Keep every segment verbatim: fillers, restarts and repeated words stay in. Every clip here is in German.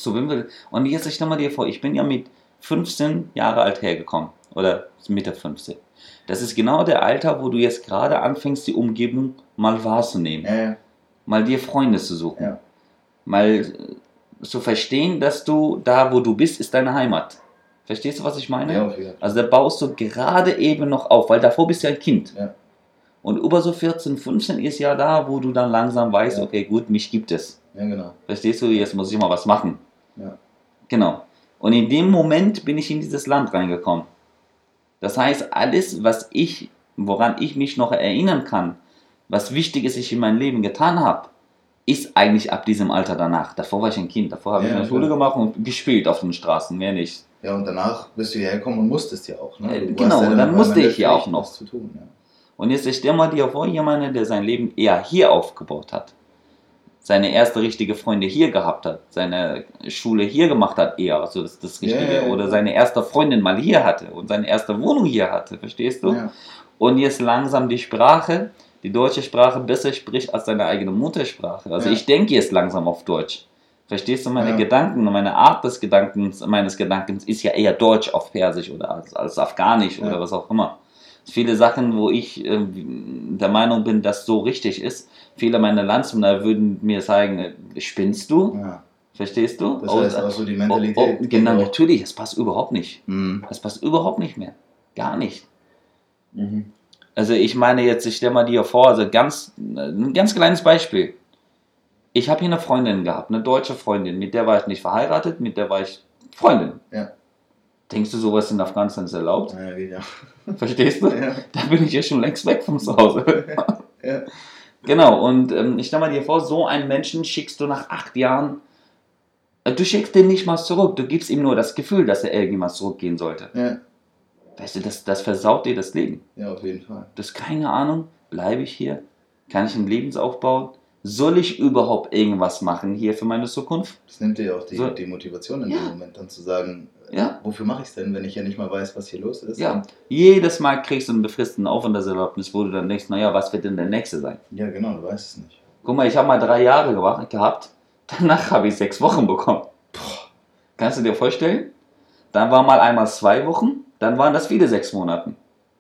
zu wem will. Und jetzt stell mal dir vor, ich bin ja mit fünfzehn Jahre alt hergekommen. Oder Mitte fünfzehn. Das ist genau der Alter, wo du jetzt gerade anfängst, die Umgebung mal wahrzunehmen. Ja, ja. Mal dir Freunde zu suchen. Ja. Mal zu verstehen, dass du da, wo du bist, ist deine Heimat. Verstehst du, was ich meine? Ja, auf jeden Fall. Also da baust du gerade eben noch auf, weil davor bist du ja ein Kind. Ja. Und über so vierzehn, fünfzehn ist ja da, wo du dann langsam weißt, Ja. okay, gut, mich gibt es. Ja, genau. Verstehst du, jetzt muss ich mal was machen. Ja. Genau. Und in dem Moment bin ich in dieses Land reingekommen. Das heißt, alles, was ich, woran ich mich noch erinnern kann, was Wichtiges ich in meinem Leben getan habe, ist eigentlich ab diesem Alter danach. Davor war ich ein Kind, davor habe Ja, ich eine ja, Schule klar. gemacht und gespielt auf den Straßen, mehr nicht. Ja, und danach bist du hierher gekommen und musstest ja auch. Ne? Äh, Du genau, hast ja und dann noch musste mal ich hier Pflicht, auch noch. was zu tun, ja. Und jetzt stell mal dir vor, jemand, der sein Leben eher hier aufgebaut hat, seine erste richtige Freunde hier gehabt hat, seine Schule hier gemacht hat eher, also das ist das Richtige, Ja, ja, ja, oder klar. seine erste Freundin mal hier hatte und seine erste Wohnung hier hatte, verstehst du? Ja. Und jetzt langsam die Sprache, die deutsche Sprache besser spricht als seine eigene Muttersprache. Also Ja. ich denke jetzt langsam auf Deutsch. Verstehst du meine Ja. Gedanken und meine Art des Gedankens, meines Gedankens ist ja eher Deutsch auf Persisch oder als, als Afghanisch Ja. oder was auch immer. Viele Sachen, wo ich äh, der Meinung bin, dass so richtig ist. Viele meiner Landsmänner würden mir sagen, äh, spinnst du? Ja. Verstehst du? Das heißt auch so die Mentalität. Oh, oh, genau, geht auch. natürlich, es passt überhaupt nicht. Mhm. Es passt überhaupt nicht mehr. Gar nicht. Mhm. Also ich meine jetzt, ich stelle mal dir vor, also ganz, ein ganz kleines Beispiel. Ich habe hier eine Freundin gehabt, eine deutsche Freundin, mit der war ich nicht verheiratet, mit der war ich Freundin. Ja. Denkst du, sowas in Afghanistan ist erlaubt? Ja, geht ja. Verstehst du? Ja. Da bin ich ja schon längst weg von zu Hause. Ja. Genau, und ähm, ich stelle mal dir vor, so einen Menschen schickst du nach acht Jahren, äh, du schickst den nicht mal zurück, du gibst ihm nur das Gefühl, dass er irgendwann zurückgehen sollte. Ja. Weißt du, das, das versaut dir das Leben. Ja, auf jeden Fall. Du hast keine Ahnung, bleibe ich hier? Kann ich einen Lebensaufbau? Soll ich überhaupt irgendwas machen hier für meine Zukunft? Das nimmt dir ja auch die, So. die Motivation in Ja. dem Moment dann zu sagen, äh, Ja. wofür mache ich es denn, wenn ich ja nicht mal weiß, was hier los ist? Ja, Und, jedes Mal kriegst du einen befristeten Aufenthaltserlaubnis, wo du dann denkst, naja, was wird denn der nächste sein? ja, genau, du weißt es nicht. Guck mal, ich habe mal drei Jahre gewa- gehabt, danach habe ich sechs Wochen bekommen. Kannst du dir vorstellen? Dann war mal einmal zwei Wochen, dann waren das wieder sechs Monate.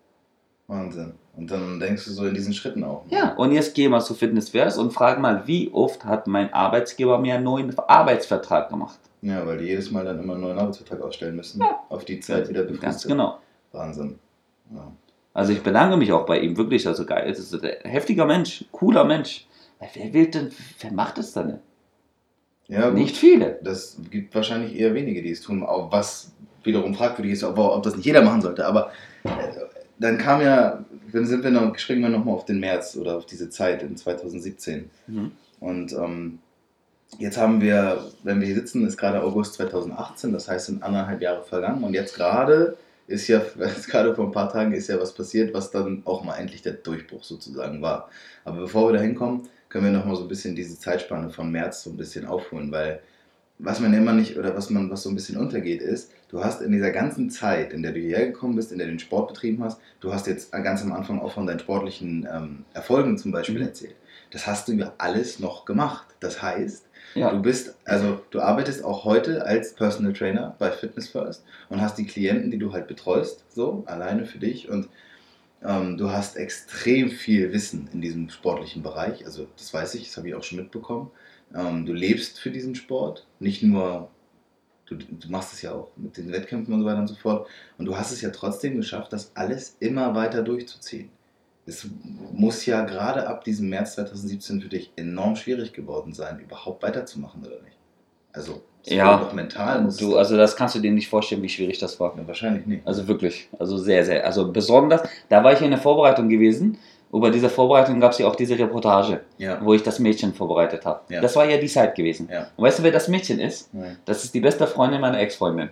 Wahnsinn. Und dann denkst du so in diesen Schritten auch. Ja, und jetzt geh mal zu Fitness First und frag mal, wie oft hat mein Arbeitsgeber mir einen neuen Arbeitsvertrag gemacht? Ja, weil die jedes Mal dann immer einen neuen Arbeitsvertrag ausstellen müssen. Ja. Auf die Zeit wieder befristet. Ganz genau. Wahnsinn. Ja. Also ich bedanke mich auch bei ihm, wirklich, also geil. Es ist ein heftiger Mensch, cooler Mensch. Wer will denn, wer macht das denn? Ja, gut. Nicht viele. Das gibt wahrscheinlich eher wenige, die es tun. Auch was wiederum fragwürdig ist, ob, ob das nicht jeder machen sollte. Aber äh, dann kam ja, dann sind wir noch, springen wir nochmal auf den März oder auf diese Zeit in zwanzig siebzehn. Mhm. Und ähm, jetzt haben wir, wenn wir hier sitzen, ist gerade August zwanzig achtzehn, das heißt, sind anderthalb Jahre vergangen. Und jetzt gerade ist ja, jetzt gerade vor ein paar Tagen ist ja was passiert, was dann auch mal endlich der Durchbruch sozusagen war. Aber bevor wir da hinkommen, können wir nochmal so ein bisschen diese Zeitspanne von März so ein bisschen aufholen, weil was man immer nicht, oder was man, was so ein bisschen untergeht, ist, du hast in dieser ganzen Zeit, in der du hierher gekommen bist, in der du den Sport betrieben hast, du hast jetzt ganz am Anfang auch von deinen sportlichen ähm, Erfolgen zum Beispiel Mhm. erzählt. Das hast du ja alles noch gemacht. Das heißt, Ja. du bist, also du arbeitest auch heute als Personal Trainer bei Fitness First und hast die Klienten, die du halt betreust, so, alleine für dich, und ähm, du hast extrem viel Wissen in diesem sportlichen Bereich, also das weiß ich, das habe ich auch schon mitbekommen. Ähm, du lebst für diesen Sport, nicht nur, du, du machst es ja auch mit den Wettkämpfen und so weiter und so fort, und du hast es ja trotzdem geschafft, das alles immer weiter durchzuziehen. Es muss ja gerade ab diesem März zwanzig siebzehn für dich enorm schwierig geworden sein, überhaupt weiterzumachen, oder nicht? Also, es Ja. war doch mental. Muss Du, also das kannst du dir nicht vorstellen, wie schwierig das war. ja, wahrscheinlich nicht. Also wirklich, also sehr, sehr, also besonders, da war ich in der Vorbereitung gewesen. Über diese Vorbereitung gab es ja auch diese Reportage, Ja. wo ich das Mädchen vorbereitet habe. Ja. Das war ja die Zeit gewesen. Ja. Und weißt du, wer das Mädchen ist? Nein. Das ist die beste Freundin meiner Ex-Freundin.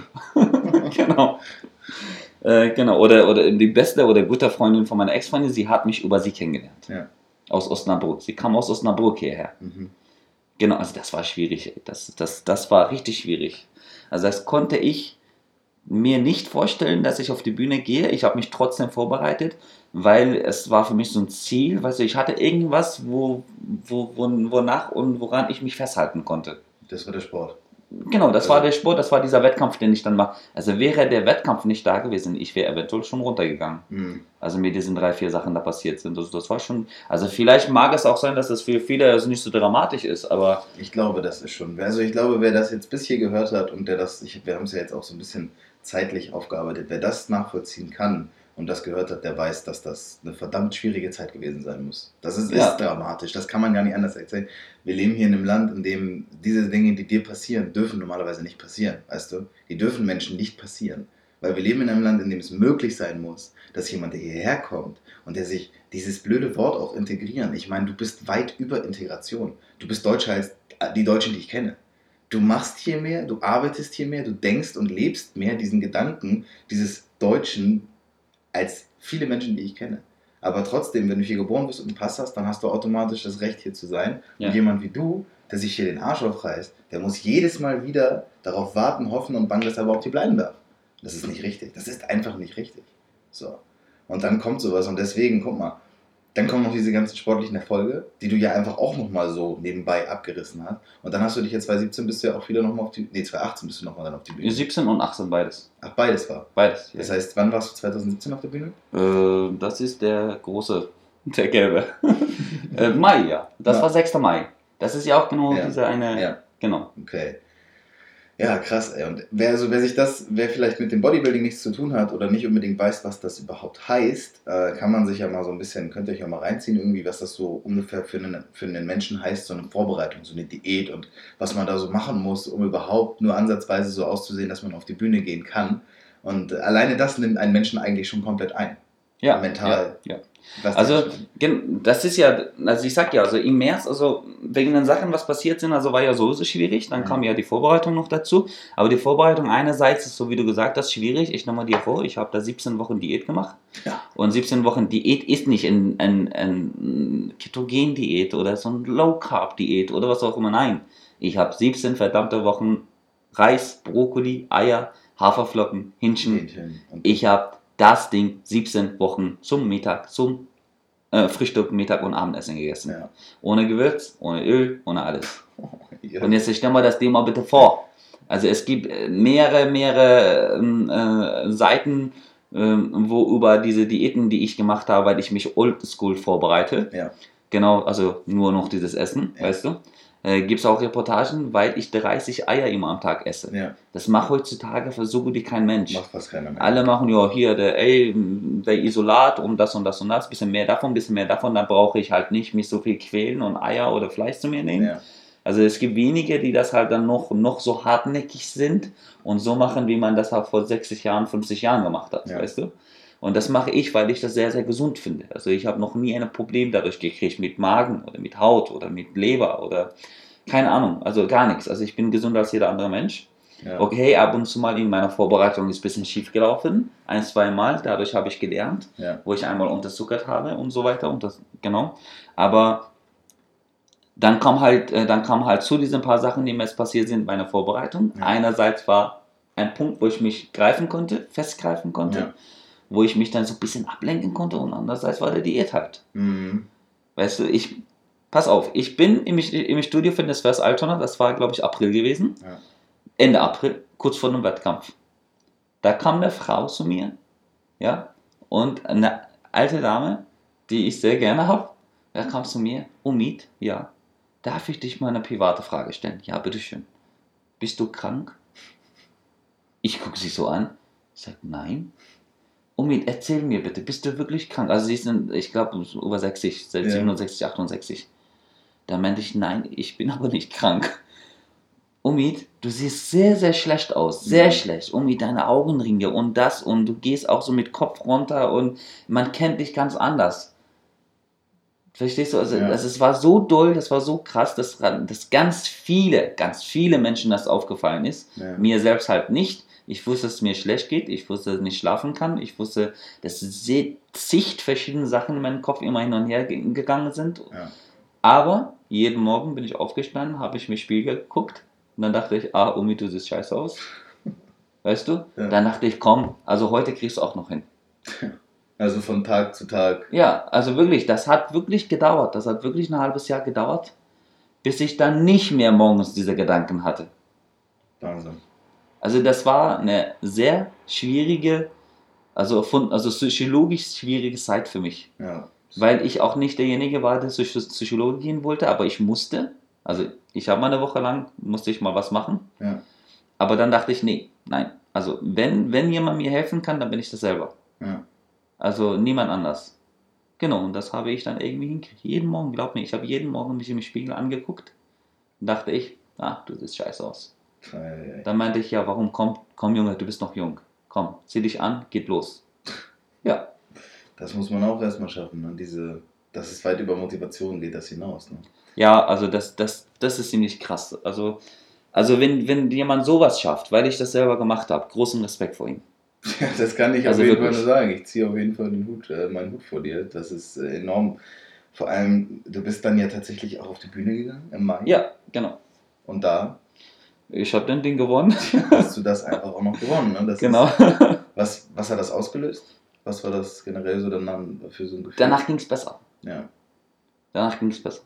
Genau. Äh, genau, oder, oder die beste oder gute Freundin von meiner Ex-Freundin, sie hat mich über sie kennengelernt. Ja. Aus Osnabrück. Sie kam aus Osnabrück hierher. Mhm. Genau, also das war schwierig. ey. Das, das, das war richtig schwierig. Also das konnte ich mir nicht vorstellen, dass ich auf die Bühne gehe. Ich habe mich trotzdem vorbereitet, weil es war für mich so ein Ziel. Weißt du, ich hatte irgendwas, wo, wo, wo, wonach und woran ich mich festhalten konnte. Das war der Sport. Genau, das Also, war der Sport, das war dieser Wettkampf, den ich dann mache. Also wäre der Wettkampf nicht da gewesen, ich wäre eventuell schon runtergegangen. mh. Also mit diesen drei, vier Sachen da passiert sind. Also das war schon, also vielleicht mag es auch sein, dass es für viele also nicht so dramatisch ist, aber Ich glaube, das ist schon. Also ich glaube, wer das jetzt bis hier gehört hat und der das, ich, wir haben es ja jetzt auch so ein bisschen zeitlich aufgearbeitet, wer das nachvollziehen kann und das gehört hat, der weiß, dass das eine verdammt schwierige Zeit gewesen sein muss. Das ist, ja, ist dramatisch, das kann man gar nicht anders erzählen. Wir leben hier in einem Land, in dem diese Dinge, die dir passieren, dürfen normalerweise nicht passieren, weißt du? Die dürfen Menschen nicht passieren. Weil wir leben in einem Land, in dem es möglich sein muss, dass jemand, der hierher kommt und der sich dieses blöde Wort auch integrieren, ich meine, du bist weit über Integration. Du bist deutscher als die Deutschen, die ich kenne. Du machst hier mehr, du arbeitest hier mehr, du denkst und lebst mehr diesen Gedanken dieses Deutschen als viele Menschen, die ich kenne. Aber trotzdem, wenn du hier geboren bist und einen Pass hast, dann hast du automatisch das Recht, hier zu sein. ja. Und jemand wie du, der sich hier den Arsch aufreißt, der muss jedes Mal wieder darauf warten, hoffen und bangen, dass er überhaupt hier bleiben darf. Das ist nicht richtig. Das ist einfach nicht richtig. So. Und dann kommt sowas und deswegen, guck mal, dann kommen noch diese ganzen sportlichen Erfolge, die du ja einfach auch nochmal so nebenbei abgerissen hast. Und dann hast du dich ja zwanzig siebzehn bist du ja auch wieder nochmal auf die, nee, zwanzig achtzehn bist du nochmal dann auf die Bühne. siebzehn und achtzehn beides. Ach, beides war. Beides. Das heißt, wann warst du zwanzig siebzehn auf der Bühne? Äh, das ist der große, der gelbe. äh, Mai, ja. Das Ja. war sechster Mai. Das ist ja auch genau Ja. diese eine, Ja. genau. Okay. Ja, krass, ey. Und wer, also, wer sich das, wer vielleicht mit dem Bodybuilding nichts zu tun hat oder nicht unbedingt weiß, was das überhaupt heißt, äh, kann man sich ja mal so ein bisschen, könnt ihr euch ja mal reinziehen, irgendwie, was das so ungefähr für einen, für einen Menschen heißt, so eine Vorbereitung, so eine Diät und was man da so machen muss, um überhaupt nur ansatzweise so auszusehen, dass man auf die Bühne gehen kann. Und äh, alleine das nimmt einen Menschen eigentlich schon komplett ein. Ja, Mental. Ja, ja. Was Also, das- gen- das ist ja, also ich sag ja, also im März, also wegen den Sachen, was passiert sind, also war ja sowieso schwierig, dann Mhm. kam ja die Vorbereitung noch dazu, aber die Vorbereitung einerseits ist, so wie du gesagt hast, schwierig, ich nehme mal dir vor, ich habe da siebzehn Wochen Diät gemacht Ja. und siebzehn Wochen Diät ist nicht ein, ein, ein Ketogen-Diät oder so ein Low-Carb-Diät oder was auch immer, nein, ich habe siebzehn verdammte Wochen Reis, Brokkoli, Eier, Haferflocken, Hähnchen, Hähnchen. Und ich habe das Ding siebzehn Wochen zum Mittag, zum äh, Frühstück, Mittag und Abendessen gegessen. ja. Ohne Gewürz, ohne Öl, ohne alles. Ja. Und jetzt stell mal das Ding mal bitte vor. Also es gibt äh, mehrere, mehrere ähm, äh, Seiten, ähm, wo über diese Diäten, die ich gemacht habe, weil ich mich oldschool vorbereite. Ja. Genau, also nur noch dieses Essen, Ja. weißt du. Äh, gibt es auch Reportagen, weil ich dreißig Eier immer am Tag esse. Ja. Das macht heutzutage für so gut wie kein Mensch. Macht fast keiner mehr. Alle machen ja hier der, ey, der Isolat und das und das und das, bisschen mehr davon, bisschen mehr davon, dann brauche ich halt nicht mich so viel quälen und Eier oder Fleisch zu mir nehmen. Ja. Also es gibt wenige, die das halt dann noch, noch so hartnäckig sind und so machen, wie man das halt vor sechzig Jahren, fünfzig Jahren gemacht hat, Ja. weißt du? Und das mache ich, weil ich das sehr, sehr gesund finde. Also ich habe noch nie ein Problem dadurch gekriegt mit Magen oder mit Haut oder mit Leber oder keine Ahnung, also gar nichts. Also ich bin gesünder als jeder andere Mensch. Ja. Okay, ab und zu mal in meiner Vorbereitung ist ein bisschen schief gelaufen, ein, zwei Mal, dadurch habe ich gelernt, Ja. wo ich einmal unterzuckert habe und so weiter und das, genau. Aber dann kam halt, äh, dann kam halt zu diesen paar Sachen, die mir jetzt passiert sind, meine Vorbereitung. Ja. Einerseits war ein Punkt, wo ich mich greifen konnte, festgreifen konnte, Ja. wo ich mich dann so ein bisschen ablenken konnte und andererseits war der Diät halt. Mhm. Weißt du, ich, pass auf, ich bin im, im Studio Fitness First Altona, das war glaube ich April gewesen, Ja. Ende April, kurz vor dem Wettkampf. Da kam eine Frau zu mir, ja, und eine alte Dame, die ich sehr gerne habe, da kam zu mir, Omid, ja, darf ich dich mal eine private Frage stellen? Ja, bitteschön. Bist du krank? Ich gucke sie so an, sage, nein. Omid, erzähl mir bitte, bist du wirklich krank? Also sie sind, ich glaube, über sechzig, Ja. siebenundsechzig, achtundsechzig. Da meinte ich, nein, ich bin aber nicht krank. Omid, du siehst sehr, sehr schlecht aus, sehr Mhm. schlecht. Omid, deine Augenringe und das und du gehst auch so mit Kopf runter und man kennt dich ganz anders. Verstehst du? Also, Ja. also es war so doll, das war so krass, dass, dass ganz viele, ganz viele Menschen das aufgefallen ist. Ja. Mir selbst halt nicht. Ich wusste, dass es mir schlecht geht. Ich wusste, dass ich nicht schlafen kann. Ich wusste, dass sehr zig verschiedene Sachen in meinem Kopf immer hin und her ge- gegangen sind. Ja. Aber jeden Morgen bin ich aufgestanden, habe ich mir Spiegel geguckt und dann dachte ich, ah, Omi, du siehst scheiße aus. Weißt du? Ja. Dann dachte ich, komm, also heute kriegst du auch noch hin. Also von Tag zu Tag. Ja, also wirklich, das hat wirklich gedauert. Das hat wirklich ein halbes Jahr gedauert, bis ich dann nicht mehr morgens diese Gedanken hatte. Wahnsinn. Also das war eine sehr schwierige, also, von, also psychologisch schwierige Zeit für mich. Ja. Weil ich auch nicht derjenige war, der zur Psychologe gehen wollte, aber ich musste. Also ich habe mal eine Woche lang, musste ich mal was machen. Ja. Aber dann dachte ich, nee, nein. Also wenn, wenn jemand mir helfen kann, dann bin ich das selber. Ja. Also niemand anders. Genau, und das habe ich dann irgendwie hingekriegt. Jeden Morgen, glaub mir, ich habe jeden Morgen mich im Spiegel angeguckt. Und dachte ich, ah, du siehst scheiße aus. Ei, ei. Dann meinte ich, ja, warum, komm, komm Junge, du bist noch jung. Komm, zieh dich an, geht los. Ja, Das muss man auch erstmal schaffen. Ne? Diese, dass es weit über Motivation geht, das hinaus. Ne? ja, also das, das, das ist ziemlich krass. Also, also wenn, wenn jemand sowas schafft, weil ich das selber gemacht habe, großen Respekt vor ihm. Ja, das kann ich Also auf jeden wirklich. Fall nur sagen. Ich ziehe auf jeden Fall den Hut, äh, meinen Hut vor dir. Das ist äh, enorm. Vor allem, du bist dann ja tatsächlich auch auf die Bühne gegangen im Mai. Ja, genau. Und da Ich habe den Ding gewonnen. hast du das einfach auch noch gewonnen. Ne? Das Genau. Ist, was, was hat das ausgelöst? Was war das generell so dann für so ein Gefühl? Danach ging es besser. Ja. Danach ging es besser.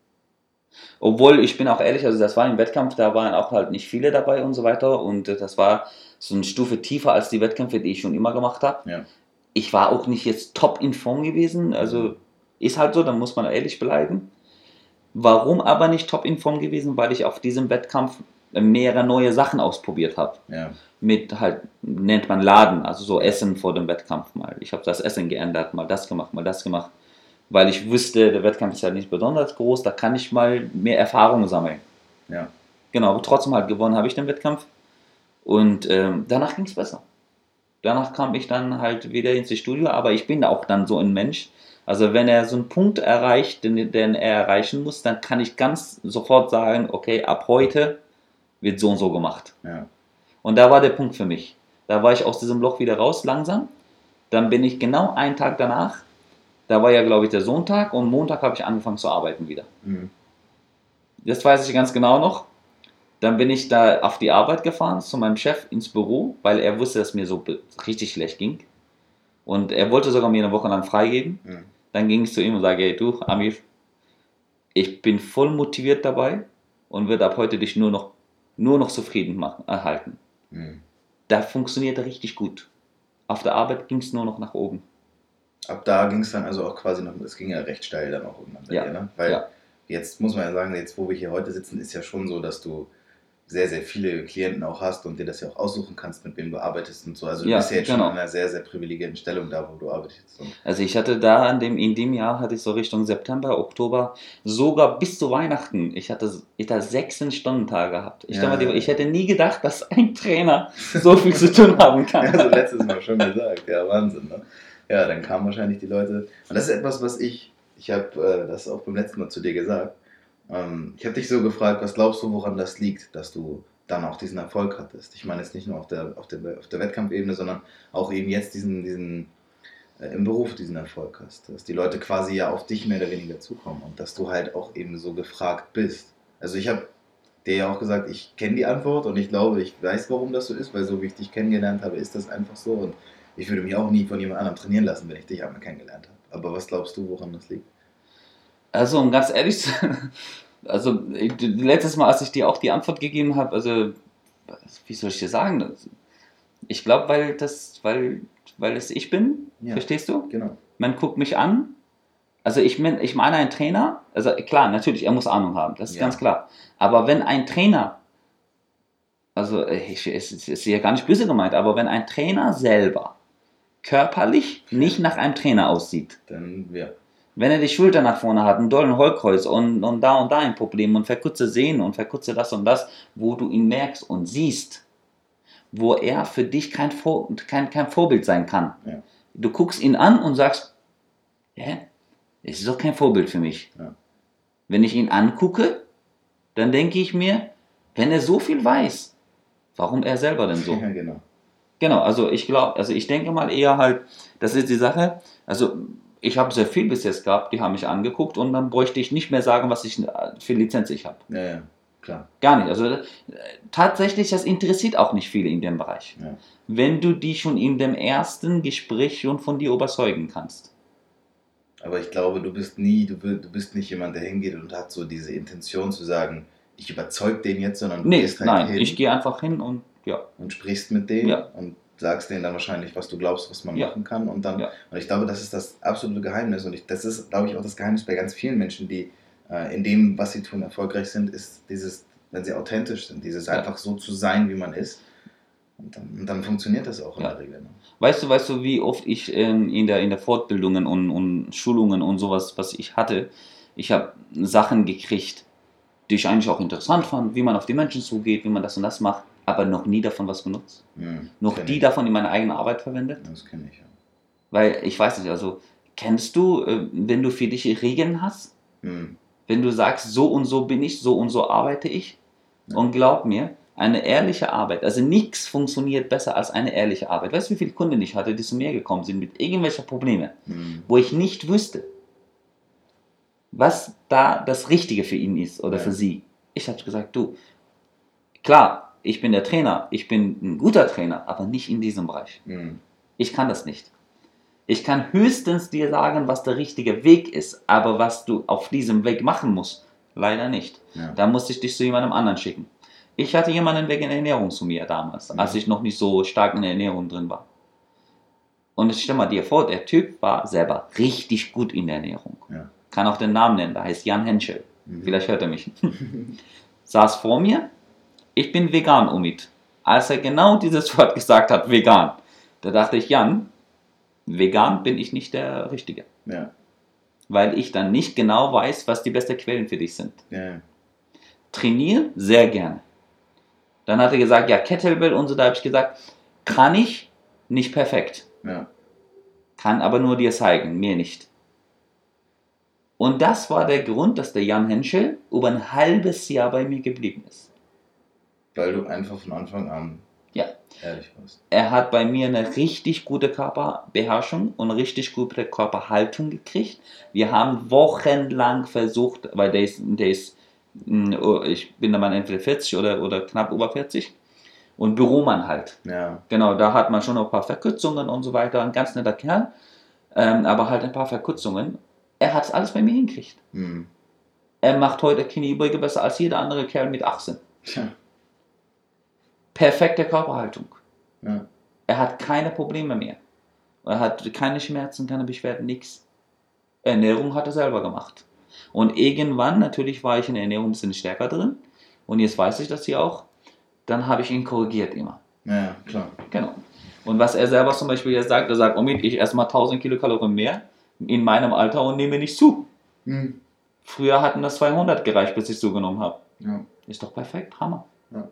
Obwohl, ich bin auch ehrlich, also das war im Wettkampf, da waren auch halt nicht viele dabei und so weiter. Und äh, das war so eine Stufe tiefer als die Wettkämpfe, die ich schon immer gemacht habe. Ja. Ich war auch nicht jetzt top in Form gewesen. Also ist halt so, da muss man ehrlich bleiben. Warum aber nicht top in Form gewesen? Weil ich auf diesem Wettkampf mehrere neue Sachen ausprobiert habe. Ja. Mit halt, nennt man Laden, also so Essen vor dem Wettkampf mal. Ich habe das Essen geändert, mal das gemacht, mal das gemacht. Weil ich wusste, der Wettkampf ist halt nicht besonders groß, da kann ich mal mehr Erfahrung sammeln. Ja. Genau, aber trotzdem halt gewonnen habe ich den Wettkampf. Und ähm, danach ging es besser. Danach kam ich dann halt wieder ins Studio, aber ich bin auch dann so ein Mensch. Also wenn er so einen Punkt erreicht, den, den er erreichen muss, dann kann ich ganz sofort sagen, okay, ab heute wird so und so gemacht. Ja. Und da war der Punkt für mich. Da war ich aus diesem Loch wieder raus langsam. Dann bin ich genau einen Tag danach, da war ja glaube ich der Sonntag und Montag habe ich angefangen zu arbeiten wieder. Mhm. Das weiß ich ganz genau noch. Dann bin ich da auf die Arbeit gefahren zu meinem Chef ins Büro, weil er wusste, dass mir so richtig schlecht ging. Und er wollte sogar mir eine Woche lang freigeben. Mhm. Dann ging ich zu ihm und sage, hey du, Amir, ich bin voll motiviert dabei und werde ab heute dich nur noch, nur noch zufrieden machen, erhalten. Mhm. Da funktionierte richtig gut. Auf der Arbeit ging es nur noch nach oben. Ab da ging es dann also auch quasi noch, es ging ja recht steil dann auch irgendwann bei Ja. dir, ne? Weil Ja. jetzt muss man ja sagen, jetzt wo wir hier heute sitzen, ist ja schon so, dass du sehr, sehr viele Klienten auch hast und dir das ja auch aussuchen kannst, mit wem du arbeitest und so. Also du Ja, bist ja jetzt genau. schon in einer sehr, sehr privilegierten Stellung da, wo du arbeitest. Und Also ich hatte da in dem, in dem Jahr, hatte ich so Richtung September, Oktober, sogar bis zu Weihnachten, ich hatte, ich hatte sechzehn Stunden Tage gehabt. Ich, Ja. glaube, ich hätte nie gedacht, dass ein Trainer so viel zu tun haben kann. also letztes Mal schon gesagt, ja, Wahnsinn, ne? Ja, dann kamen wahrscheinlich die Leute, und das ist etwas, was ich, ich habe äh, das auch beim letzten Mal zu dir gesagt, ähm, ich habe dich so gefragt, was glaubst du, woran das liegt, dass du dann auch diesen Erfolg hattest? Ich meine jetzt nicht nur auf der, auf der, auf der Wettkampfebene, sondern auch eben jetzt diesen, diesen äh, im Beruf diesen Erfolg hast, dass die Leute quasi ja auf dich mehr oder weniger zukommen und dass du halt auch eben so gefragt bist. Also ich habe dir ja auch gesagt, ich kenne die Antwort und ich glaube, ich weiß, warum das so ist, weil so wie ich dich kennengelernt habe, ist das einfach so und ich würde mich auch nie von jemand anderem trainieren lassen, wenn ich dich einmal kennengelernt habe. Aber was glaubst du, woran das liegt? Also um ganz ehrlich zu also ich, letztes Mal, als ich dir auch die Antwort gegeben habe, also wie soll ich dir sagen? Ich glaube, weil das, weil, weil es ich bin, Ja. verstehst du? Genau. Man guckt mich an. Also ich, mein, ich meine ein Trainer, also klar, natürlich, er muss Ahnung haben, das ist Ja. ganz klar. Aber wenn ein Trainer, also ich, es ist ja gar nicht böse gemeint, aber wenn ein Trainer selber körperlich nicht nach einem Trainer aussieht, Dann, ja. wenn er die Schulter nach vorne hat, einen dollen Hohlkreuz und, und da und da ein Problem und verkürze Sehnen und verkürze das und das, wo du ihn merkst und siehst, wo er für dich kein, Vor, kein, kein Vorbild sein kann. Ja. Du guckst ihn an und sagst, hä? Es ist doch kein Vorbild für mich. Ja. Wenn ich ihn angucke, dann denke ich mir, wenn er so viel weiß, warum er selber denn so? Ja, genau. Genau, also ich glaube, also ich denke mal eher halt, das ist die Sache, also ich habe sehr viel bis jetzt gehabt, die haben mich angeguckt und dann bräuchte ich nicht mehr sagen, was ich für Lizenz ich habe. Ja, ja, klar. Gar nicht, also äh, tatsächlich, das interessiert auch nicht viele in dem Bereich. Ja. Wenn du die schon in dem ersten Gespräch schon von dir überzeugen kannst. Aber ich glaube, du bist nie, du, du bist nicht jemand, der hingeht und hat so diese Intention zu sagen, ich überzeug den jetzt, sondern du Nee, gehst halt nein, hin ich gehe einfach hin und ja. und sprichst mit denen Ja. und sagst denen dann wahrscheinlich, was du glaubst, was man Ja. machen kann. Und dann, Ja. und ich glaube, das ist das absolute Geheimnis. Und ich, das ist, glaube ich, auch das Geheimnis bei ganz vielen Menschen, die äh, in dem, was sie tun, erfolgreich sind, ist dieses, wenn sie authentisch sind, dieses Ja. einfach so zu sein, wie man ist. Und dann, und dann funktioniert das auch in Ja. der Regel. Ne? Weißt du, weißt du, wie oft ich ähm, in der in der Fortbildungen und, und Schulungen und sowas, was ich hatte, ich habe Sachen gekriegt, die ich eigentlich auch interessant fand, wie man auf die Menschen zugeht, wie man das und das macht, aber noch nie davon was benutzt. Hm, Noch kenn die ich. davon in meine eigene Arbeit verwendet. Das kenne ich, ja. Weil ich weiß nicht, also kennst du, äh, wenn du für dich Regeln hast, Hm. wenn du sagst, so und so bin ich, so und so arbeite ich, Ja. und glaub mir, eine ehrliche Arbeit, also nichts funktioniert besser als eine ehrliche Arbeit. Weißt du, wie viele Kunden ich hatte, die zu mir gekommen sind mit irgendwelchen Problemen, Hm. wo ich nicht wüsste, was da das Richtige für ihn ist oder Ja. für sie. Ich habe gesagt, du, klar, ich bin der Trainer, ich bin ein guter Trainer, aber nicht in diesem Bereich. Hm. Ich kann das nicht. Ich kann höchstens dir sagen, was der richtige Weg ist, aber was du auf diesem Weg machen musst, leider nicht. Ja. Da musste ich dich zu jemandem anderen schicken. Ich hatte jemanden wegen Ernährung zu mir damals, Mhm. als ich noch nicht so stark in der Ernährung drin war. Und ich stell mal dir vor, der Typ war selber richtig gut in der Ernährung. Ja. Kann auch den Namen nennen, der heißt Jan Henschel. Mhm. Vielleicht hört er mich. Saß vor mir, ich bin vegan, Omid. Als er genau dieses Wort gesagt hat, vegan, da dachte ich, Jan, vegan bin ich nicht der Richtige. Ja. Weil ich dann nicht genau weiß, was die besten Quellen für dich sind. Ja. Trainiere sehr gerne. Dann hat er gesagt, ja, Kettlebell und so, da habe ich gesagt, kann ich, nicht perfekt. Ja. Kann aber nur dir zeigen, mir nicht. Und das war der Grund, dass der Jan Henschel über ein halbes Jahr bei mir geblieben ist. Weil du einfach von Anfang an Ja. ehrlich warst. Er hat bei mir eine richtig gute Körperbeherrschung und richtig gute Körperhaltung gekriegt. Wir haben wochenlang versucht, weil der ist, der ist ich bin der Mann entweder vierzig oder, oder knapp über vierzig und Büromann halt. Ja. Genau, da hat man schon noch ein paar Verkürzungen und so weiter, ein ganz netter Kerl, ähm, aber halt ein paar Verkürzungen. Er hat es alles bei mir hingekriegt. Hm. Er macht heute Kniebeuge besser als jeder andere Kerl mit achtzehn. Tja. Perfekte Körperhaltung. Ja. Er hat keine Probleme mehr. Er hat keine Schmerzen, keine Beschwerden, nichts. Ernährung hat er selber gemacht. Und irgendwann, natürlich war ich in der Ernährung ein bisschen stärker drin. Und jetzt weiß ich das hier auch. Dann habe ich ihn korrigiert immer. Ja, klar. Genau. Und was er selber zum Beispiel jetzt sagt, er sagt, Omid, ich esse mal tausend Kilokalorien mehr in meinem Alter und nehme nicht zu. Hm. Früher hatten das zweihundert gereicht, bis ich zugenommen habe. Ja. Ist doch perfekt, Hammer. Ja.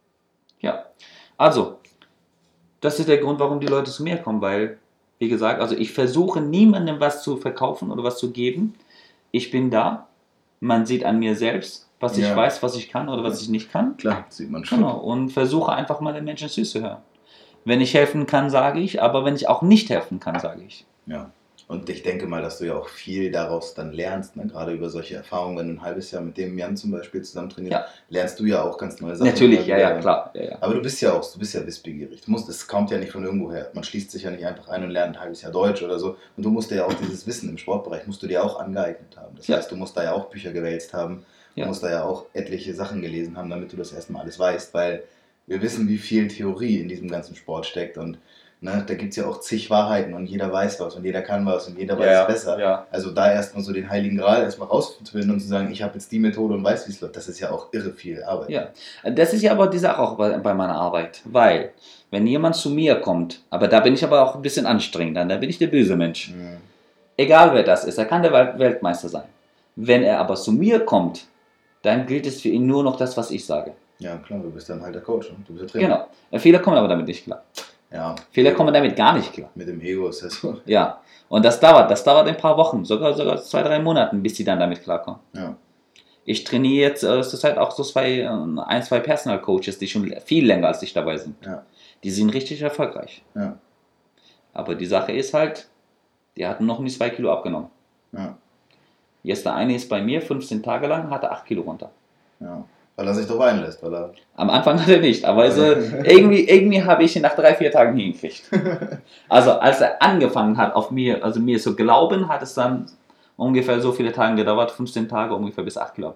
Ja, also, das ist der Grund, warum die Leute zu mir kommen, weil, wie gesagt, also ich versuche niemandem was zu verkaufen oder was zu geben. Ich bin da, man sieht an mir selbst, was ich Ja. weiß, was ich kann oder was ich nicht kann. Klar, sieht man schon. Genau, und versuche einfach mal den Menschen zuzuhören. Wenn ich helfen kann, sage ich, aber wenn ich auch nicht helfen kann, sage ich. Ja. Und ich denke mal, dass du ja auch viel daraus dann lernst, ne? Gerade über solche Erfahrungen, wenn du ein halbes Jahr mit dem Jan zum Beispiel zusammen trainierst, Ja. lernst du ja auch ganz neue Sachen. Natürlich, ja, wieder. ja, klar. Ja, ja. Aber du bist ja auch, du bist ja wissbegierig. Du musst, es kommt ja nicht von irgendwo her. Man schließt sich ja nicht einfach ein und lernt ein halbes Jahr Deutsch oder so. Und du musst ja auch dieses Wissen im Sportbereich, musst du dir auch angeeignet haben. Das Ja. heißt, du musst da ja auch Bücher gewälzt haben. Du Ja. musst da ja auch etliche Sachen gelesen haben, damit du das erstmal alles weißt. Weil wir wissen, wie viel Theorie in diesem ganzen Sport steckt. Und ne, da gibt es ja auch zig Wahrheiten und jeder weiß was und jeder kann was und jeder weiß Ja, es besser. ja. Also da erstmal so den Heiligen Gral erstmal rauszufinden und zu sagen, ich habe jetzt die Methode und weiß, wie es läuft, das ist ja auch irre viel Arbeit. Ja, das ist ja aber die Sache auch bei, bei meiner Arbeit, weil wenn jemand zu mir kommt, aber da bin ich aber auch ein bisschen anstrengender, da bin ich der böse Mensch. Mhm. Egal wer das ist, er kann der Welt- Weltmeister sein. Wenn er aber zu mir kommt, dann gilt es für ihn nur noch das, was ich sage. Ja, klar, du bist dann halt der Coach und du bist der Trainer. Genau. Viele kommen aber damit nicht klar. Ja. Viele kommen damit gar nicht klar. Mit dem Ego ist das so. Ja. Und das dauert, das dauert ein paar Wochen, sogar, sogar zwei, drei Monaten, bis sie dann damit klarkommen. Ja. Ich trainiere jetzt äh, zurzeit auch so zwei, äh, ein, zwei Personal Coaches, die schon viel länger als ich dabei sind. Ja. Die sind richtig erfolgreich. Ja. Aber die Sache ist halt, die hatten noch nie zwei Kilo abgenommen. Ja. Jetzt der eine ist bei mir fünfzehn Tage lang, hatte acht Kilo runter. Ja. Weil er sich drauf einlässt, weil er. Am Anfang hat er nicht, aber also irgendwie, irgendwie habe ich ihn nach drei, vier Tagen hingekriegt. Also als er angefangen hat, auf mir, also mir zu glauben, hat es dann ungefähr so viele Tage gedauert, fünfzehn Tage ungefähr bis acht Kilo abgenommen hat.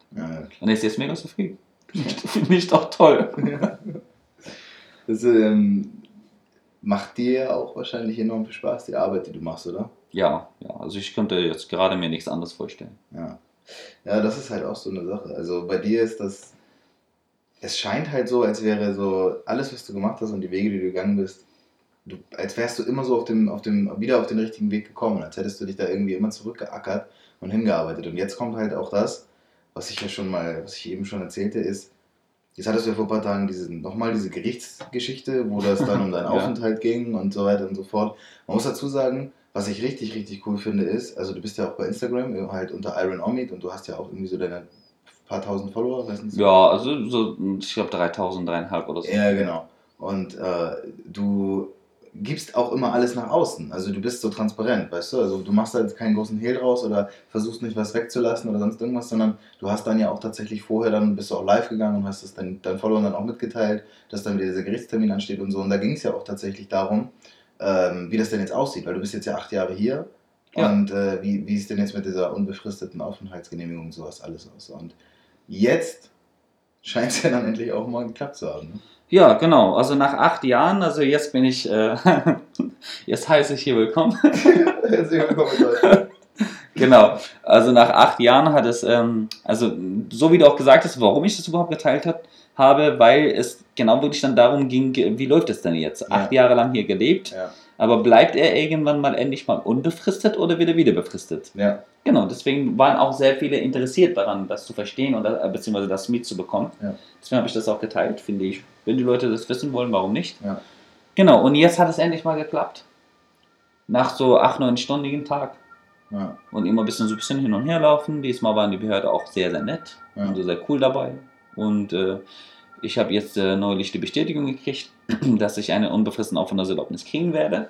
Ja, ja. Und er ist jetzt mega zufrieden. Finde ich doch toll. Ja. Das ähm, macht dir ja auch wahrscheinlich enorm viel Spaß, die Arbeit, die du machst, oder? Ja, ja, also ich könnte jetzt gerade mir nichts anderes vorstellen. Ja. Ja, das ist halt auch so eine Sache. Also bei dir ist das, es scheint halt so, als wäre so alles, was du gemacht hast und die Wege, die du gegangen bist, du, als wärst du immer so auf dem, auf dem, wieder auf den richtigen Weg gekommen, als hättest du dich da irgendwie immer zurückgeackert und hingearbeitet. Und jetzt kommt halt auch das, was ich ja schon mal, was ich eben schon erzählte, ist, jetzt hattest du ja vor ein paar Tagen diese, nochmal diese Gerichtsgeschichte, wo das dann um deinen Ja. Aufenthalt ging und so weiter und so fort. Man muss dazu sagen, was ich richtig, richtig cool finde, ist, also du bist ja auch bei Instagram halt unter Iron Omid und du hast ja auch irgendwie so deine paar tausend Follower, weiß nicht so. Ja, also so, ich glaube dreitausend, dreieinhalb oder so. Ja, genau. Und äh, du gibst auch immer alles nach außen. Also du bist so transparent, weißt du? Also du machst da jetzt keinen großen Hehl draus oder versuchst nicht was wegzulassen oder sonst irgendwas, sondern du hast dann ja auch tatsächlich vorher, dann bist du auch live gegangen und hast es dann deinen Followern dann auch mitgeteilt, dass dann wieder dieser Gerichtstermin ansteht und so. Und da ging es ja auch tatsächlich darum, ähm, wie das denn jetzt aussieht, weil du bist jetzt ja acht Jahre hier Ja. und äh, wie, wie es denn jetzt mit dieser unbefristeten Aufenthaltsgenehmigung und sowas alles aussah. Und jetzt scheint es ja dann endlich auch mal geklappt zu haben. Ne? Ja, genau. Also nach acht Jahren, also jetzt bin ich, äh, jetzt heiße ich hier willkommen. Herzlich willkommen in Deutschland. Genau. Also nach acht Jahren hat es, ähm, also so wie du auch gesagt hast, warum ich das überhaupt geteilt hab, habe, weil es genau wirklich dann darum ging, wie läuft es denn jetzt? Ja. Acht Jahre lang hier gelebt, Ja. aber bleibt er irgendwann mal endlich mal unbefristet oder wieder wieder befristet? Ja. Genau, deswegen waren auch sehr viele interessiert daran, das zu verstehen und das, beziehungsweise das mitzubekommen. Ja. Deswegen habe ich das auch geteilt, finde ich. Wenn die Leute das wissen wollen, warum nicht? Ja. Genau, und jetzt hat es endlich mal geklappt. Nach so acht, neun-stündigen Tag. Ja. Und immer ein bisschen so ein bisschen hin und her laufen. Diesmal waren die Behörde auch sehr, sehr nett Ja. und so sehr cool dabei. Und äh, ich habe jetzt äh, neulich die Bestätigung gekriegt, dass ich eine unbefristete Aufenthaltserlaubnis kriegen werde.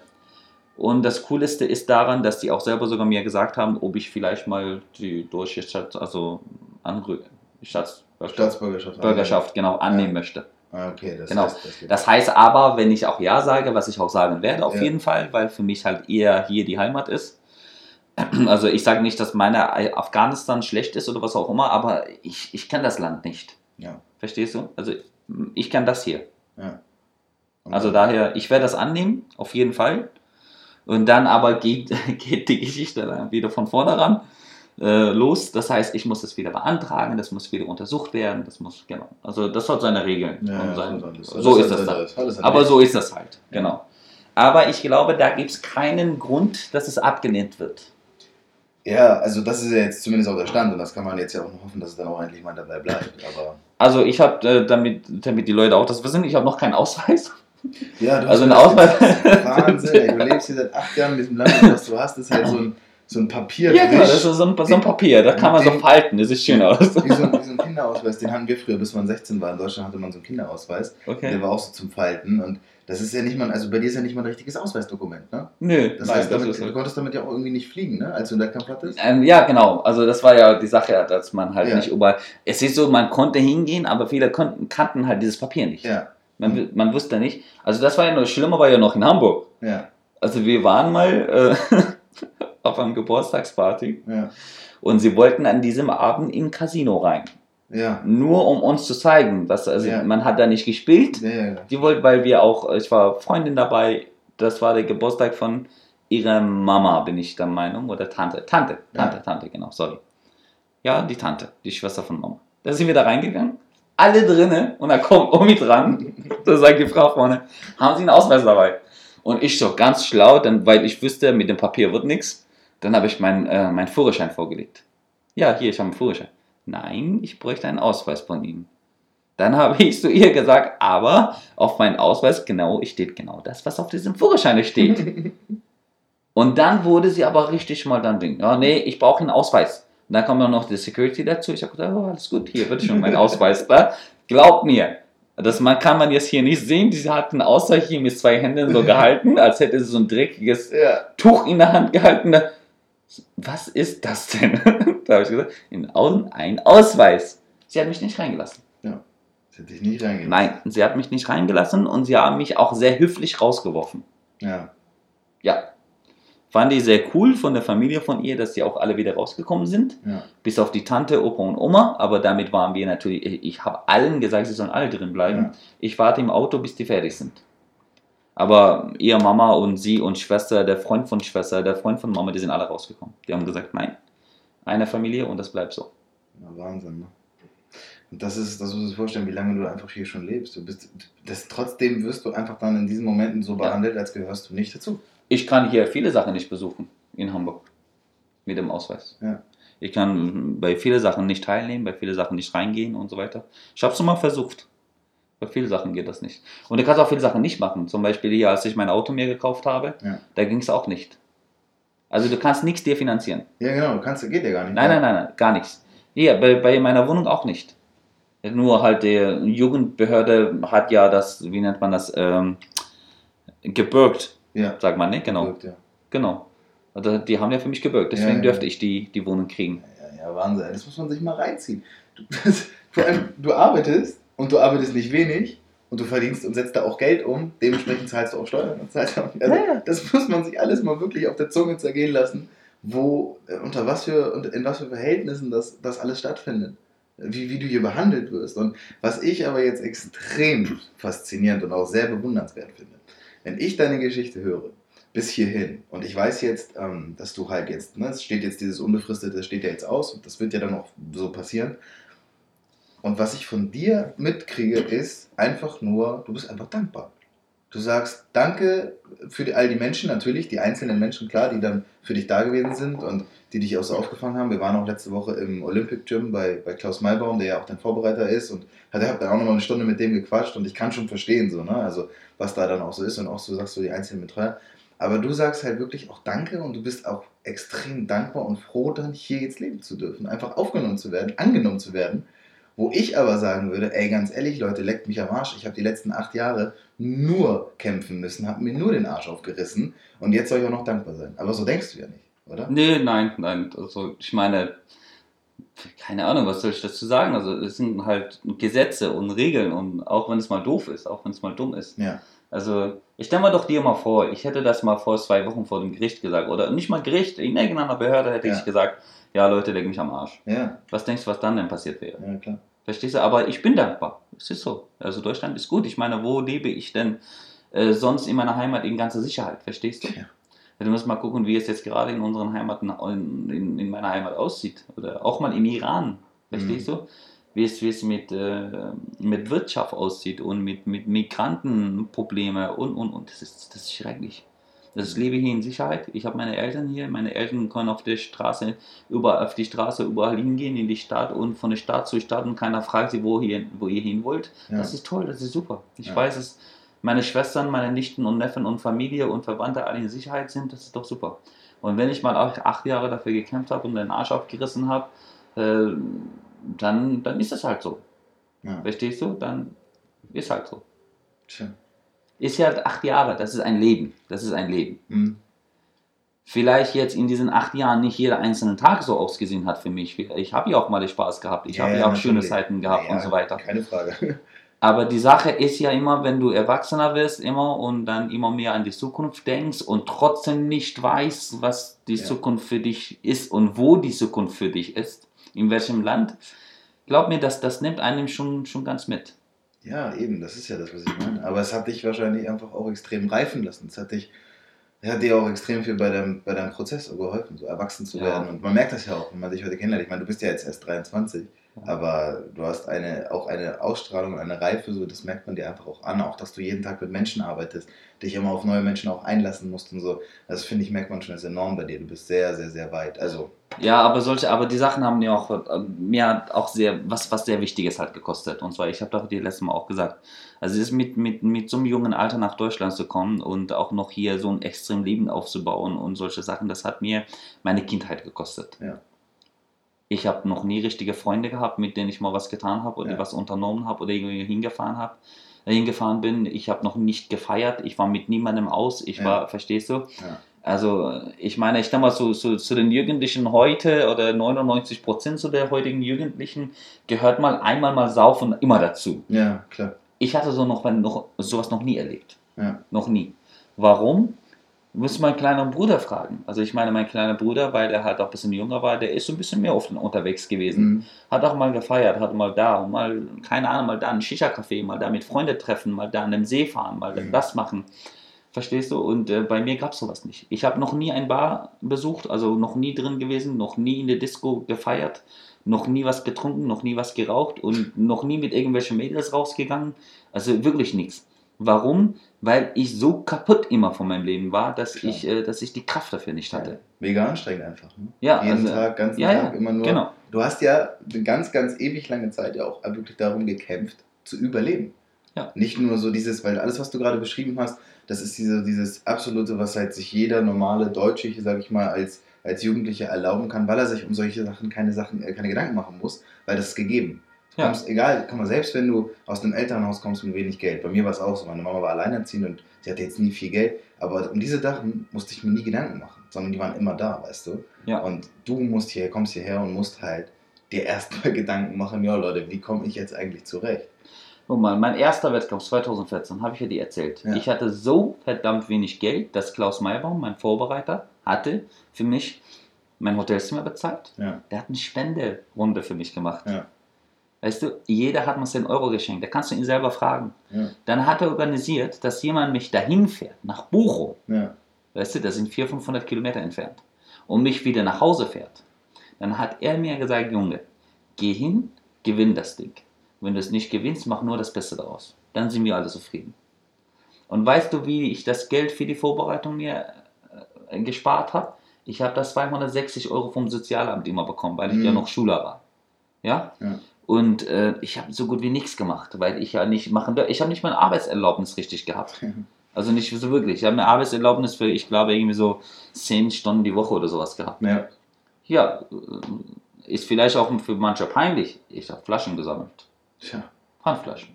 Und das Coolste ist daran, dass die auch selber sogar mir gesagt haben, ob ich vielleicht mal die deutsche Stadt, also Anrü Staats Staatsbürgerschaft. Bürgerschaft genau annehmen Ja. möchte. Ah, okay, das Genau. heißt, das geht. Das heißt aber, wenn ich auch Ja sage, was ich auch sagen werde, auf Ja. jeden Fall, weil für mich halt eher hier die Heimat ist. Also ich sage nicht, dass meine Afghanistan schlecht ist oder was auch immer, aber ich, ich kann das Land nicht. Ja. Verstehst du? Also ich kann das hier. Ja. Und Also daher, ich werde das annehmen, auf jeden Fall. Und dann aber geht, geht die Geschichte dann wieder von vorne ran äh, los. Das heißt, ich muss es wieder beantragen, das muss wieder untersucht werden, das muss, genau. Also das hat seine Regeln. Ja, und ja, sein, alles- so alles ist hat das seine- dann. alles hat Aber Recht. so ist das halt, genau. Aber ich glaube, da gibt es keinen Grund, dass es abgelehnt wird. Ja, also das ist ja jetzt zumindest auch der Stand und das kann man jetzt ja auch noch hoffen, dass es dann auch endlich mal dabei bleibt. Aber Also ich habe, äh, damit, damit die Leute auch das wissen, ich habe noch keinen Ausweis. ja, du Also hast ein Ausweis. Wahnsinn, ey, du lebst hier seit acht Jahren in diesem Land und was du hast, ist halt so ein, so ein Papier. Ja, genau, das ist so ein, so ein Papier, da kann man so Den- falten, das sieht schön aus. Wie so, ein, wie so ein Kinderausweis, den hatten wir früher, bis man sechzehn war. In Deutschland hatte man so einen Kinderausweis. Okay. Der war auch so zum Falten und das ist ja nicht mal, also bei dir ist ja nicht mal ein richtiges Ausweisdokument, ne? Nö, Das nein, heißt, damit, das ist du konntest damit ja auch irgendwie nicht fliegen, ne? Als du in der Kampf hattest. Ähm, ja, genau. Also das war ja die Sache, dass man halt Ja. nicht überall. Es ist so, man konnte hingehen, aber viele konnten, kannten halt dieses Papier nicht. Ja, Man, man wusste nicht. Also das war ja noch schlimmer, war ja noch in Hamburg. ja, Also wir waren mal äh, auf einer Geburtstagsparty ja, und sie wollten an diesem Abend in ein Casino rein. ja. Nur um uns zu zeigen, was, also Ja. man hat da nicht gespielt. Ja, ja, ja. Die wollten, weil wir auch, ich war Freundin dabei, das war der Geburtstag von ihrer Mama, bin ich der Meinung, oder Tante, Tante, Tante, Ja. Tante, genau, sorry. Ja, die Tante, die Schwester von Mama. Da sind wir da reingegangen, alle drinnen, und da kommt Omi dran, da sagt die Frau vorne, haben Sie einen Ausweis dabei? Und ich so ganz schlau, dann, weil ich wüsste, mit dem Papier wird nichts, dann habe ich meinen äh, mein Führerschein vorgelegt. Ja, hier, ich habe einen Führerschein. Nein, ich bräuchte einen Ausweis von Ihnen. Dann habe ich zu ihr gesagt, aber auf meinem Ausweis genau steht genau das, was auf diesem Führerschein steht. Und dann wurde sie aber richtig mal dann Ding. Ja, nee, ich brauche einen Ausweis. Und dann kommt noch die Security dazu. Ich habe gesagt, oh, alles gut, hier wird schon mein Ausweis da. Glaub mir, das man, kann man jetzt hier nicht sehen. Sie hat einen Ausweis hier mit zwei Händen so gehalten, als hätte sie so ein dreckiges Ja. Tuch in der Hand gehalten. Was ist das denn? Da habe ich gesagt, in Augen ein Ausweis. Sie hat mich nicht reingelassen. Das hätte ich nicht reingelassen. Nein, sie hat mich nicht reingelassen und sie haben mich auch sehr höflich rausgeworfen. Ja. Ja. Fand ich sehr cool von der Familie von ihr, dass die auch alle wieder rausgekommen sind. Ja. Bis auf die Tante, Opa und Oma. Aber damit waren wir natürlich, ich, ich habe allen gesagt, sie sollen alle drin bleiben. Ja. Ich warte im Auto, bis die fertig sind. Aber ihr Mama und sie und Schwester, der Freund von Schwester, der Freund von Mama, die sind alle rausgekommen. Die haben gesagt, nein, eine Familie und das bleibt so. Ja, Wahnsinn, ne? Und das ist, das musst du dir vorstellen, wie lange du einfach hier schon lebst. Du bist, das, trotzdem wirst du einfach dann in diesen Momenten so behandelt, als gehörst du nicht dazu. Ich kann hier viele Sachen nicht besuchen in Hamburg mit dem Ausweis. Ja. Ich kann bei vielen Sachen nicht teilnehmen, bei vielen Sachen nicht reingehen und so weiter. Ich habe es mal versucht. Bei vielen Sachen geht das nicht. Und du kannst auch viele Sachen nicht machen. Zum Beispiel hier, als ich mein Auto mir gekauft habe, Ja. da ging es auch nicht. Also du kannst nichts dir finanzieren. Ja, genau, du kannst, geht ja gar nicht. Nein, nein, nein, nein, gar nichts. Hier, bei, bei meiner Wohnung auch nicht. Nur halt die Jugendbehörde hat ja das, wie nennt man das, ähm, gebürgt, Ja. sagt man, ne? Genau. Wirkt, ja. Genau. Also die haben ja für mich gebürgt, deswegen Ja, ja. dürfte ich die, die Wohnung kriegen. Ja, ja, Wahnsinn. Das muss man sich mal reinziehen. Du, das, vor allem, du arbeitest und du arbeitest nicht wenig und du verdienst und setzt da auch Geld um. Dementsprechend zahlst du auch Steuern. Und zahlst auch, also, Ja, ja. Das muss man sich alles mal wirklich auf der Zunge zergehen lassen, wo, äh, unter was für und in was für Verhältnissen das, das alles stattfindet. Wie, wie du hier behandelt wirst. Und was ich aber jetzt extrem faszinierend und auch sehr bewundernswert finde, wenn ich deine Geschichte höre, bis hierhin, und ich weiß jetzt, ähm, dass du halt jetzt, ne, es steht jetzt dieses Unbefristete, das steht ja jetzt aus und das wird ja dann auch so passieren. Und was ich von dir mitkriege, ist einfach nur, du bist einfach dankbar. Du sagst Danke für die, all die Menschen, natürlich, die einzelnen Menschen, klar, die dann für dich da gewesen sind und die dich auch so aufgefangen haben. Wir waren auch letzte Woche im Olympic Gym bei, bei Klaus Maybaum, der ja auch dein Vorbereiter ist, und hat dann auch nochmal eine Stunde mit dem gequatscht und ich kann schon verstehen, so, ne? Also was da dann auch so ist und auch so sagst du die einzelnen Betreuer. Aber du sagst halt wirklich auch Danke und du bist auch extrem dankbar und froh, dann hier jetzt leben zu dürfen, einfach aufgenommen zu werden, angenommen zu werden. Wo ich aber sagen würde, ey, ganz ehrlich, Leute, leckt mich am Arsch. Ich habe die letzten acht Jahre nur kämpfen müssen, habe mir nur den Arsch aufgerissen und jetzt soll ich auch noch dankbar sein. Aber so denkst du ja nicht, oder? Nee, nein, nein. Also ich meine, keine Ahnung, was soll ich dazu sagen? Also es sind halt Gesetze und Regeln und auch wenn es mal doof ist, auch wenn es mal dumm ist. Ja. Also ich stelle mir doch dir mal vor, ich hätte das mal vor zwei Wochen vor dem Gericht gesagt oder nicht mal Gericht, in irgendeiner Behörde hätte Ja. ich gesagt, ja Leute, leg mich am Arsch. Ja, Was denkst du, was dann denn passiert wäre? ja, klar. Verstehst du? Aber ich bin dankbar. Es ist so. Also Deutschland ist gut. Ich meine, wo lebe ich denn äh, sonst in meiner Heimat in ganzer Sicherheit? Verstehst du? Ja. Du musst mal gucken, wie es jetzt gerade in unseren Heimaten, in, in, in meiner Heimat aussieht. Oder auch mal im Iran. Verstehst Mhm. du? Wie es, wie es mit, äh, mit Wirtschaft aussieht und mit, mit Migrantenprobleme und, und, und. Das ist, das ist schrecklich. Das lebe hier in Sicherheit. Ich habe meine Eltern hier. Meine Eltern können auf der Straße, überall, auf die Straße überall hingehen, in die Stadt und von der Stadt zu Stadt und keiner fragt sie, wo, hier, wo ihr hin wollt. Ja. Das ist toll, das ist super. Ich Ja. weiß, dass meine Schwestern, meine Nichten und Neffen und Familie und Verwandte alle in Sicherheit sind. Das ist doch super. Und wenn ich mal auch acht Jahre dafür gekämpft habe und den Arsch aufgerissen habe, äh, dann, dann ist es halt so. Ja. Verstehst du? Dann ist halt so. Tja. Ist ja halt acht Jahre, das ist ein Leben. Das ist ein Leben. Mhm. Vielleicht jetzt in diesen acht Jahren nicht jeder einzelne Tag so ausgesehen hat für mich. Ich habe ja auch mal Spaß gehabt, ich Ja, habe ja, ja auch schöne natürlich. Zeiten gehabt Ja, und so weiter. Keine Frage. Aber die Sache ist ja immer, wenn du erwachsener wirst immer und dann immer mehr an die Zukunft denkst und trotzdem nicht weißt, was die Ja. Zukunft für dich ist und wo die Zukunft für dich ist, in welchem Land, glaub mir, das, das nimmt einem schon, schon ganz mit. Ja, eben, das ist ja das, was ich meine. Aber es hat dich wahrscheinlich einfach auch extrem reifen lassen. Es hat dich, hat dir auch extrem viel bei deinem, bei deinem Prozess geholfen, so erwachsen zu Ja. werden. Und man merkt das ja auch, wenn man dich heute kennenlernt. Ich meine, du bist ja jetzt erst dreiundzwanzig, aber du hast eine, auch eine Ausstrahlung, eine Reife, so, das merkt man dir einfach auch an. Auch, dass du jeden Tag mit Menschen arbeitest, dich immer auf neue Menschen auch einlassen musst und so. Das finde ich, merkt man schon, das ist enorm bei dir. Du bist sehr, sehr, sehr weit. Also, Ja, aber solche, aber die Sachen haben mir auch, äh, mir hat auch sehr, was, was sehr Wichtiges halt gekostet. Und zwar, ich habe doch dir letztes Mal auch gesagt, also es ist mit, mit, mit so einem jungen Alter nach Deutschland zu kommen und auch noch hier so ein extrem Leben aufzubauen und solche Sachen, das hat mir meine Kindheit gekostet. Ja. Ich habe noch nie richtige Freunde gehabt, mit denen ich mal was getan habe oder Ja. was unternommen habe oder irgendwie hingefahren habe, äh, hingefahren bin. Ich habe noch nicht gefeiert, ich war mit niemandem aus, ich Ja. war, verstehst du? Ja. Also ich meine, ich denke mal, so, so, zu den Jugendlichen heute oder neunundneunzig Prozent zu der heutigen Jugendlichen gehört mal einmal mal saufen immer dazu. Ja, klar. Ich hatte so noch, noch sowas noch nie erlebt. Ja. Noch nie. Warum? Du musst meinen kleineren Bruder fragen. Also ich meine, mein kleiner Bruder, weil er halt auch ein bisschen jünger war, der ist so ein bisschen mehr oft unterwegs gewesen. Mhm. Hat auch mal gefeiert, hat mal da und mal, keine Ahnung, mal da ein Shisha-Café, mal da mit Freunden treffen, mal da an dem See fahren, mal Mhm. das machen. Verstehst du? Und äh, bei mir gab es sowas nicht. Ich habe noch nie ein Bar besucht, also noch nie drin gewesen, noch nie in der Disco gefeiert, noch nie was getrunken, noch nie was geraucht und noch nie mit irgendwelchen Mädels rausgegangen. Also wirklich nichts. Warum? Weil ich so kaputt immer von meinem Leben war, dass Klar. ich, äh, dass ich die Kraft dafür nicht Ja. hatte. Mega anstrengend einfach. Ne? Ja, Jeden also, Tag, ganzen ja, Tag, ja, immer nur. genau. Du hast ja eine ganz, ganz ewig lange Zeit ja auch wirklich darum gekämpft, zu überleben. Ja. Nicht nur so dieses, weil alles, was du gerade beschrieben hast, das ist diese, dieses absolute, was halt sich jeder normale Deutsche, sag ich mal, als, als Jugendlicher erlauben kann, weil er sich um solche Sachen keine Sachen, äh, keine Gedanken machen muss, weil das ist gegeben. Du Ja. kommst, egal, kann man selbst wenn du aus einem Elternhaus kommst mit wenig Geld. Bei mir war es auch so, meine Mama war alleinerziehend und sie hatte jetzt nie viel Geld, aber um diese Sachen musste ich mir nie Gedanken machen, sondern die waren immer da, weißt du. Ja. Und du musst hier, kommst hierher und musst halt dir erstmal Gedanken machen, ja Leute, wie komme ich jetzt eigentlich zurecht? Guck mal, mein erster Wettkampf zweitausendvierzehn, habe ich ja dir erzählt. Ja. Ich hatte so verdammt wenig Geld, dass Klaus Maybaum, mein Vorbereiter, hatte für mich mein Hotelzimmer bezahlt. Ja. Der hat eine Spenderunde für mich gemacht. Ja. Weißt du, jeder hat mir zehn Euro geschenkt. Da kannst du ihn selber fragen. Ja. Dann hat er organisiert, dass jemand mich dahin fährt, nach Bochum. Ja. Weißt du, das sind vierhundert, fünfhundert Kilometer entfernt. Und mich wieder nach Hause fährt. Dann hat er mir gesagt, Junge, geh hin, gewinn das Ding. Wenn du es nicht gewinnst, mach nur das Beste daraus. Dann sind wir alle zufrieden. Und weißt du, wie ich das Geld für die Vorbereitung mir äh, gespart habe? Ich habe das zweihundertsechzig Euro vom Sozialamt immer bekommen, weil ich Mhm. ja noch Schüler war. Ja? Ja. Und äh, ich habe so gut wie nichts gemacht, weil ich ja nicht machen Ich habe nicht meine Arbeitserlaubnis richtig gehabt. Also nicht so wirklich. Ich habe eine Arbeitserlaubnis für, ich glaube, irgendwie so zehn Stunden die Woche oder sowas gehabt. Ja. Ja, äh, ist vielleicht auch für manche peinlich. Ich habe Flaschen gesammelt. Tja. Pfandflaschen.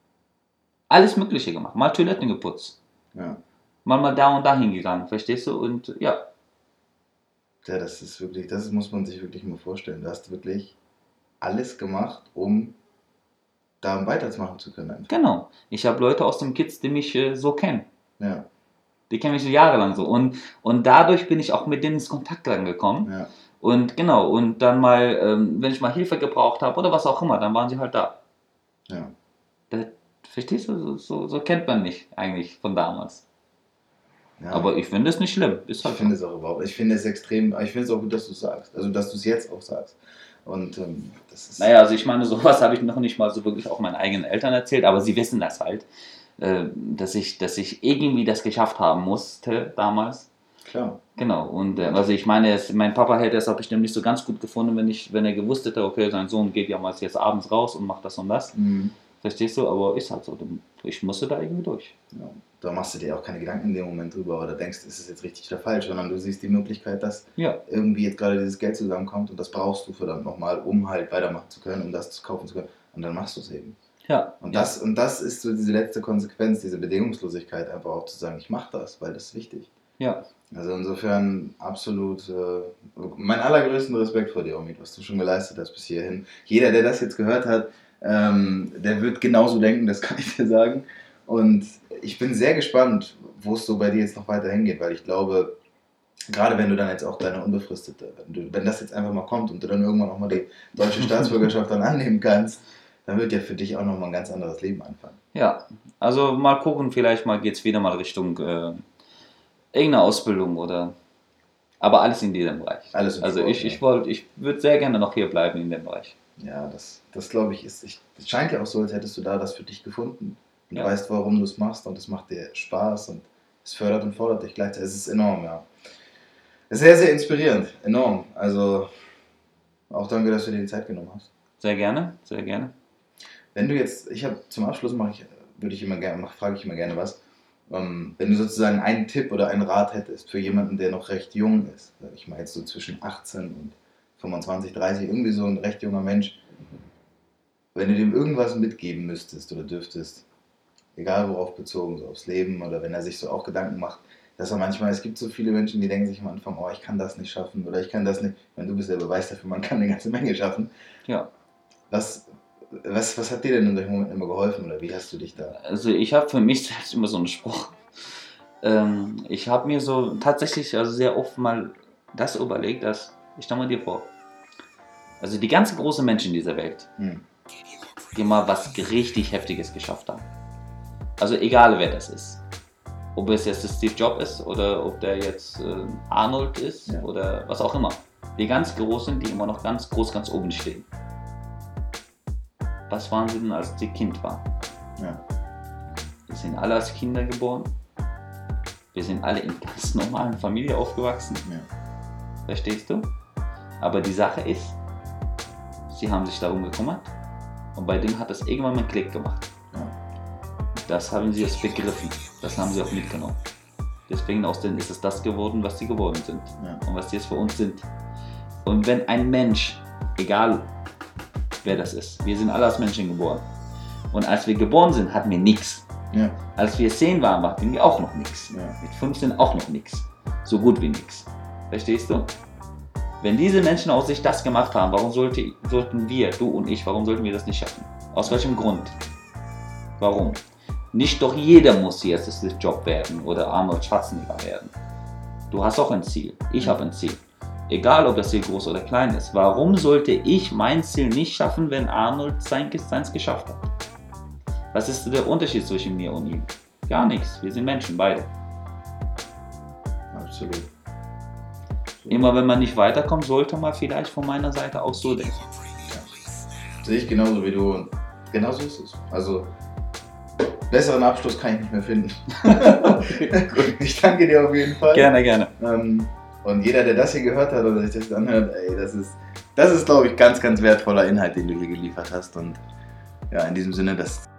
Alles Mögliche gemacht. Mal Toiletten geputzt. Ja. Mal mal da und da hingegangen, verstehst du? Und ja, Ja, das ist wirklich, das muss man sich wirklich mal vorstellen. Du hast wirklich alles gemacht, um da weitermachen zu können. Einfach. genau. Ich habe Leute aus dem Kids, die mich äh, so kennen. Ja. Die kennen mich so jahrelang so. Und, und dadurch bin ich auch mit denen ins Kontakt gekommen. Ja. Und genau, und dann mal, ähm, wenn ich mal Hilfe gebraucht habe oder was auch immer, dann waren sie halt da. Ja. Das, verstehst du? So, so, so kennt man mich eigentlich von damals. Ja. Aber ich finde es nicht schlimm. Ist Ich halt finde so. es auch überhaupt, ich finde es extrem, ich finde es auch gut, dass du es sagst. Also, dass du es jetzt auch sagst. Und ähm, das ist. Naja, also ich meine, sowas habe ich noch nicht mal so wirklich auch meinen eigenen Eltern erzählt, aber sie wissen das halt, äh, dass, ich, dass ich irgendwie das geschafft haben musste damals. Klar. Genau, und äh, also ich meine, es, mein Papa hätte es auch bestimmt nicht so ganz gut gefunden, wenn, ich, wenn er gewusst hätte, okay, sein Sohn geht ja mal jetzt abends raus und macht das und das. Mhm. Verstehst du? Aber ist halt so, ich musste da irgendwie durch. Ja. Da machst du dir auch keine Gedanken in dem Moment drüber oder denkst, ist es jetzt richtig oder falsch, sondern du siehst die Möglichkeit, dass Ja. irgendwie jetzt gerade dieses Geld zusammenkommt und das brauchst du verdammt nochmal, um halt weitermachen zu können, um das zu kaufen zu können. Und dann machst du es eben. Ja. Und ja. das, und das ist so diese letzte Konsequenz, diese Bedingungslosigkeit, einfach auch zu sagen, ich mache das, weil das ist wichtig. Ja. Also insofern absolut äh, mein allergrößten Respekt vor dir, Omid, was du schon geleistet hast bis hierhin. Jeder, der das jetzt gehört hat, ähm, der wird genauso denken, das kann ich dir sagen. Und ich bin sehr gespannt, wo es so bei dir jetzt noch weiter hingeht, weil ich glaube, gerade wenn du dann jetzt auch deine unbefristete, wenn, du, wenn das jetzt einfach mal kommt und du dann irgendwann auch mal die deutsche Staatsbürgerschaft dann annehmen kannst, dann wird ja für dich auch nochmal ein ganz anderes Leben anfangen. Ja, also mal gucken, vielleicht mal geht es wieder mal Richtung äh, irgendeine Ausbildung oder. Aber alles in diesem Bereich. Alles im also Sport, ich, ja. ich wollte, ich würde sehr gerne noch hier bleiben in dem Bereich. Ja, das, das glaube ich ist. Ich, es scheint ja auch so, als hättest du da das für dich gefunden. Und Ja. du weißt, warum du es machst und es macht dir Spaß und es fördert und fordert dich gleichzeitig. Es ist enorm, ja. Es ist sehr, sehr inspirierend. Enorm. Also auch danke, dass du dir die Zeit genommen hast. Sehr gerne, sehr gerne. Wenn du jetzt, ich habe zum Abschluss mache ich, würde ich immer gerne, mach, frage ich immer gerne was. Ähm, wenn du sozusagen einen Tipp oder einen Rat hättest für jemanden, der noch recht jung ist, sag ich mal jetzt so zwischen achtzehn und fünfundzwanzig, dreißig, irgendwie so ein recht junger Mensch, wenn du dem irgendwas mitgeben müsstest oder dürftest, egal worauf bezogen, so aufs Leben oder wenn er sich so auch Gedanken macht, dass er manchmal, es gibt so viele Menschen, die denken sich am Anfang, oh, ich kann das nicht schaffen oder ich kann das nicht, ich meine, du bist der Beweis dafür, man kann eine ganze Menge schaffen. Ja. Was, was, was hat dir denn in solchen Momenten immer geholfen oder wie hast du dich da? Also ich habe für mich selbst immer so einen Spruch. ähm, ich habe mir so tatsächlich also sehr oft mal das überlegt, dass, ich stell mal dir vor, also die ganzen großen Menschen dieser Welt, Hm. die mal was richtig Heftiges geschafft haben. Also egal wer das ist. Ob es jetzt Steve Jobs ist oder ob der jetzt äh, Arnold ist Ja. oder was auch immer. Die ganz Großen, die immer noch ganz groß, ganz oben stehen. Was waren sie denn, als sie Kind waren? Ja. Wir sind alle als Kinder geboren. Wir sind alle in ganz normalen Familie aufgewachsen. Ja. Verstehst du? Aber die Sache ist, sie haben sich darum gekümmert und bei denen hat das irgendwann mal einen Klick gemacht. Ja. Das haben sie jetzt begriffen. Das haben sie auch mitgenommen. Deswegen aus denen ist es das geworden, was sie geworden sind. Ja. Und was sie jetzt für uns sind. Und wenn ein Mensch, egal wer das ist, wir sind alle als Menschen geboren. Und als wir geboren sind, hatten wir nichts. Ja. Als wir zehn waren, hatten wir auch noch nichts. Ja. Mit fünfzehn auch noch nichts. So gut wie nichts. Verstehst du? Wenn diese Menschen aus sich das gemacht haben, warum sollte, sollten wir, du und ich, warum sollten wir das nicht schaffen? Aus welchem Grund? Warum? Nicht doch jeder muss jetzt Steve Jobs werden oder Arnold Schwarzenegger werden. Du hast auch ein Ziel. Ich habe ein Ziel. Egal, ob das Ziel groß oder klein ist. Warum sollte ich mein Ziel nicht schaffen, wenn Arnold sein, seins geschafft hat? Was ist der Unterschied zwischen mir und ihm? Gar nichts. Wir sind Menschen, beide. Absolut. Immer wenn man nicht weiterkommt, sollte man vielleicht von meiner Seite auch so denken. Sehe ich genauso wie du und genauso ist es. Also, besseren Abschluss kann ich nicht mehr finden. Gut, ich danke dir auf jeden Fall. Gerne, gerne. Ähm, und jeder, der das hier gehört hat oder sich das anhört, ey, das ist, das ist, glaube ich, ganz, ganz wertvoller Inhalt, den du hier geliefert hast. Und ja, in diesem Sinne, das